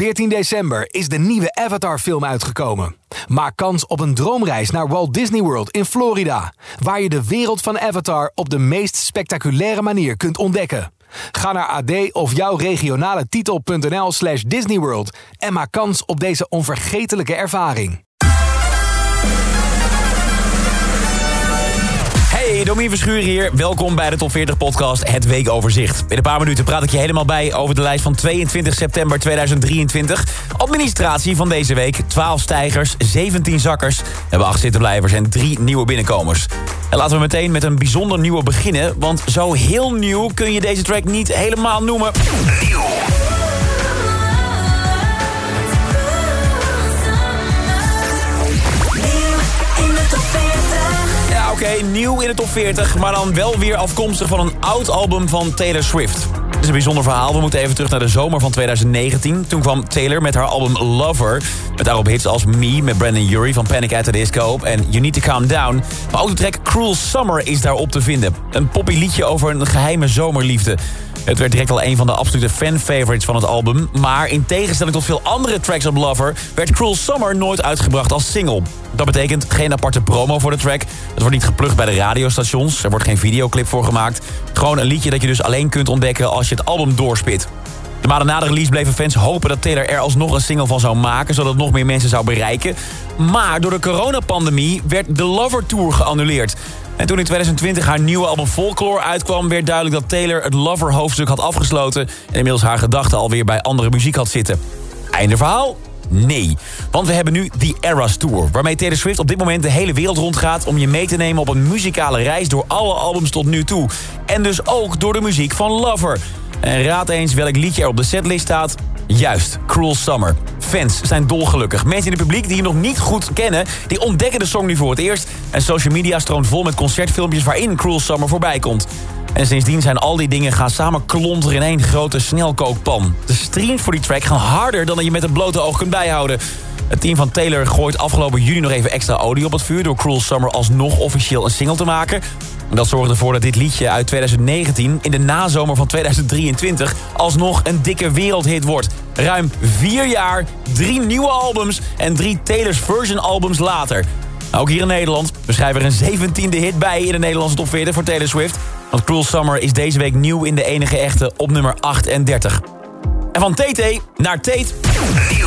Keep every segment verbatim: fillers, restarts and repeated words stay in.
veertien december is de nieuwe Avatar-film uitgekomen. Maak kans op een droomreis naar Walt Disney World in Florida, waar je de wereld van Avatar op de meest spectaculaire manier kunt ontdekken. Ga naar A D of jouw regionale titel.nl slash Disney World en maak kans op deze onvergetelijke ervaring. Hey, Domien Verschuren hier. Welkom bij de Top veertig podcast Het Weekoverzicht. In een paar minuten praat ik je helemaal bij over de lijst van tweeëntwintig september tweeduizend drieëntwintig. Administratie van deze week. twaalf stijgers, zeventien zakkers. We hebben acht zittenblijvers en drie nieuwe binnenkomers. En laten we meteen met een bijzonder nieuwe beginnen. Want zo heel nieuw kun je deze track niet helemaal noemen. Nieuw. Oké, okay, nieuw in de top veertig, maar dan wel weer afkomstig van een oud album van Taylor Swift. Het is een bijzonder verhaal. We moeten even terug naar de zomer van tweeduizend negentien. Toen kwam Taylor met haar album Lover. Met daarop hits als Me met Brandon Urie van Panic at the Disco en You Need to Calm Down. Maar ook de track Cruel Summer is daarop te vinden. Een poppy liedje over een geheime zomerliefde. Het werd direct al een van de absolute fan-favorites van het album. Maar in tegenstelling tot veel andere tracks op Lover werd Cruel Summer nooit uitgebracht als single. Dat betekent geen aparte promo voor de track. Het wordt niet geplukt bij de radiostations. Er wordt geen videoclip voor gemaakt. Gewoon een liedje dat je dus alleen kunt ontdekken als je het album doorspit. De maanden na de release bleven fans hopen dat Taylor er alsnog een single van zou maken, zodat het nog meer mensen zou bereiken. Maar door de coronapandemie werd de Lover Tour geannuleerd. En toen in tweeduizend twintig haar nieuwe album Folklore uitkwam, werd duidelijk dat Taylor het Lover-hoofdstuk had afgesloten en inmiddels haar gedachten alweer bij andere muziek had zitten. Einde verhaal? Nee. Want we hebben nu The Eras Tour, waarmee Taylor Swift op dit moment de hele wereld rondgaat om je mee te nemen op een muzikale reis door alle albums tot nu toe. En dus ook door de muziek van Lover. En raad eens welk liedje er op de setlist staat. Juist, Cruel Summer. Fans zijn dolgelukkig. Mensen in het publiek die je nog niet goed kennen, die ontdekken de song nu voor het eerst. En social media stroomt vol met concertfilmpjes waarin Cruel Summer voorbij komt. En sindsdien zijn al die dingen gaan samen klonteren in één grote snelkookpan. De streams voor die track gaan harder dan je met het blote oog kunt bijhouden. Het team van Taylor gooit afgelopen juni nog even extra olie op het vuur door Cruel Summer alsnog officieel een single te maken. En dat zorgde ervoor dat dit liedje uit tweeduizend negentien in de nazomer van tweeduizend drieëntwintig alsnog een dikke wereldhit wordt. Ruim vier jaar, drie nieuwe albums en drie Taylor's version albums later. Ook hier in Nederland. We schrijven er een zeventiende hit bij in de Nederlandse top veertig voor Taylor Swift. Want Cruel Summer is deze week nieuw in de enige echte op nummer achtendertig. En van T T naar Tate. Nieuw.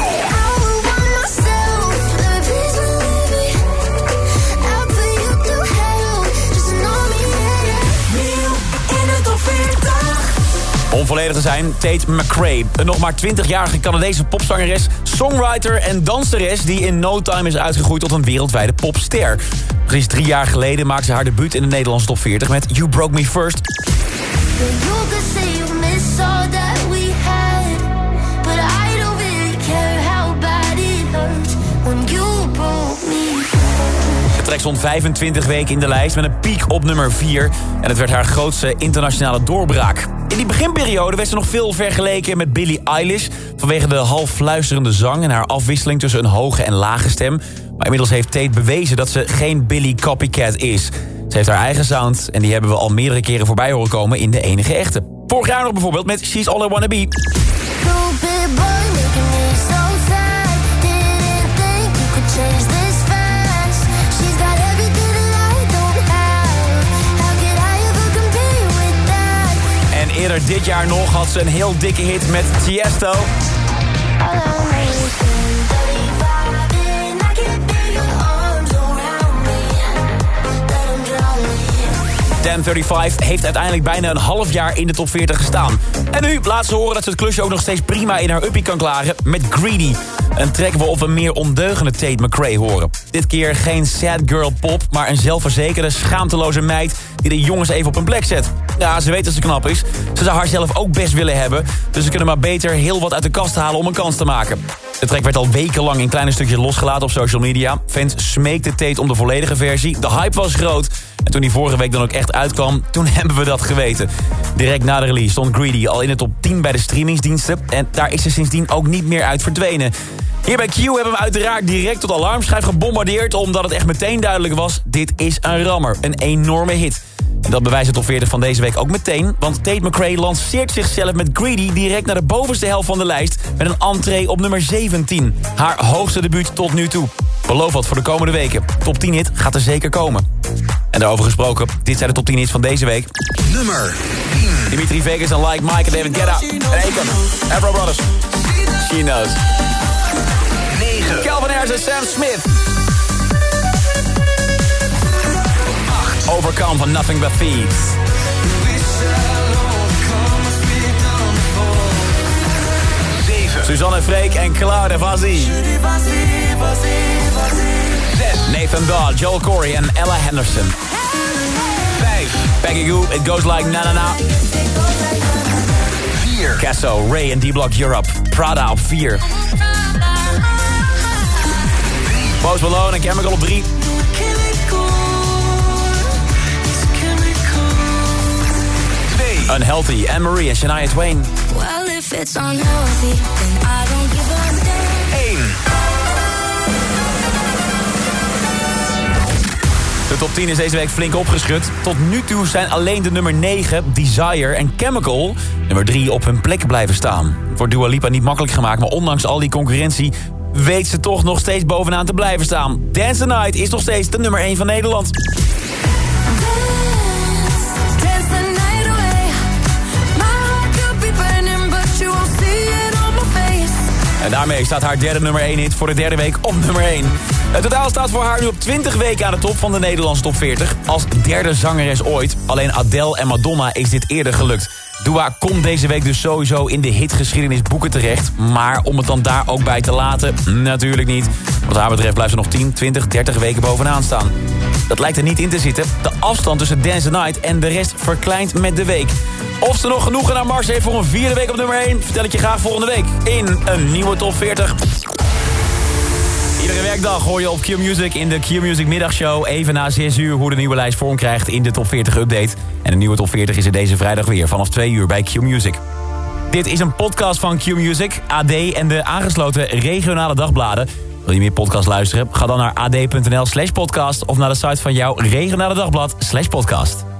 Om volledig te zijn, Tate McRae. Een nog maar twintigjarige Canadese popzangeres, songwriter en danseres die in no time is uitgegroeid tot een wereldwijde popster. Precies drie jaar geleden maakte ze haar debuut in de Nederlandse top veertig met You Broke Me First. De track stond vijfentwintig weken in de lijst met een piek op nummer vier. En het werd haar grootste internationale doorbraak. In die beginperiode werd ze nog veel vergeleken met Billie Eilish vanwege de half fluisterende zang en haar afwisseling tussen een hoge en lage stem. Maar inmiddels heeft Tate bewezen dat ze geen Billie copycat is. Ze heeft haar eigen sound en die hebben we al meerdere keren voorbij horen komen in de enige echte. Vorig jaar nog bijvoorbeeld met She's All I Wanna Be. Eerder dit jaar nog had ze een heel dikke hit met Tiesto. ten vijfendertig heeft uiteindelijk bijna een half jaar in de top veertig gestaan. En nu laat ze horen dat ze het klusje ook nog steeds prima in haar uppie kan klaren met Greedy. Een track waarop we meer ondeugende Tate McRae horen. Dit keer geen sad girl pop, maar een zelfverzekerde, schaamteloze meid die de jongens even op hun plek zet. Ja, ze weet dat ze knap is. Ze zou haar zelf ook best willen hebben. Dus ze kunnen maar beter heel wat uit de kast halen om een kans te maken. De track werd al wekenlang in kleine stukjes losgelaten op social media. Fans smeekten Tate om de volledige versie. De hype was groot. En toen die vorige week dan ook echt uitkwam, toen hebben we dat geweten. Direct na de release stond Greedy al in de top tien bij de streamingsdiensten. En daar is ze sindsdien ook niet meer uit verdwenen. Hier bij Q hebben we uiteraard direct tot alarmschijf gebombardeerd, omdat het echt meteen duidelijk was, dit is een rammer, een enorme hit. En dat bewijst de top veertig van deze week ook meteen, want Tate McRae lanceert zichzelf met Greedy direct naar de bovenste helft van de lijst met een entree op nummer zeventien. Haar hoogste debuut tot nu toe. Beloof wat voor de komende weken. Top tien hit gaat er zeker komen. En daarover gesproken, dit zijn de top tien hits van deze week. Nummer Dimitri Vegas en Like Mike en David Guetta. En Akon, Afro Brothers. She Knows. negen. Calvin Harris en Sam Smith. Overcome van Nothing But Thieves. zeven. Suzanne Freek en Claude Vazzi. zes. Nathan Dodd, Joel Corey en Ella Henderson. vijf. Peggy Goo, It Goes Like Na Na Na. vier. Casso, Ray en D-Block Europe. Prada op vier. Post Malone en Chemical op drie. twee. Unhealthy, Anne-Marie en Shania Twain. Well, if it's unhealthy, then I don't give a damn. één. De top tien is deze week flink opgeschud. Tot nu toe zijn alleen de nummer negen, Desire en Chemical, nummer drie op hun plek blijven staan. Voor Dua Lipa niet makkelijk gemaakt, maar ondanks al die concurrentie weet ze toch nog steeds bovenaan te blijven staan. Dance the Night is nog steeds de nummer één van Nederland. En daarmee staat haar derde nummer één hit voor de derde week op nummer één. Het totaal staat voor haar nu op twintig weken aan de top van de Nederlandse top veertig. Als derde zangeres ooit. Alleen Adele en Madonna is dit eerder gelukt. Dua komt deze week dus sowieso in de hitgeschiedenisboeken terecht. Maar om het dan daar ook bij te laten, natuurlijk niet. Wat haar betreft blijft ze nog tien, twintig, dertig weken bovenaan staan. Dat lijkt er niet in te zitten. De afstand tussen Dance the Night en de rest verkleint met de week. Of ze nog genoegen naar Mars heeft voor een vierde week op nummer één... vertel ik je graag volgende week in een nieuwe top veertig. Iedere werkdag hoor je op Q-Music in de Q-Music middagshow... even na zes uur hoe de nieuwe lijst vorm krijgt in de top veertig update. En de nieuwe top veertig is er deze vrijdag weer vanaf twee uur bij Q-Music. Dit is een podcast van Q-Music, A D en de aangesloten regionale dagbladen. Wil je meer podcast luisteren? Ga dan naar ad.nl slash podcast... of naar de site van jouw regionale dagblad slash podcast.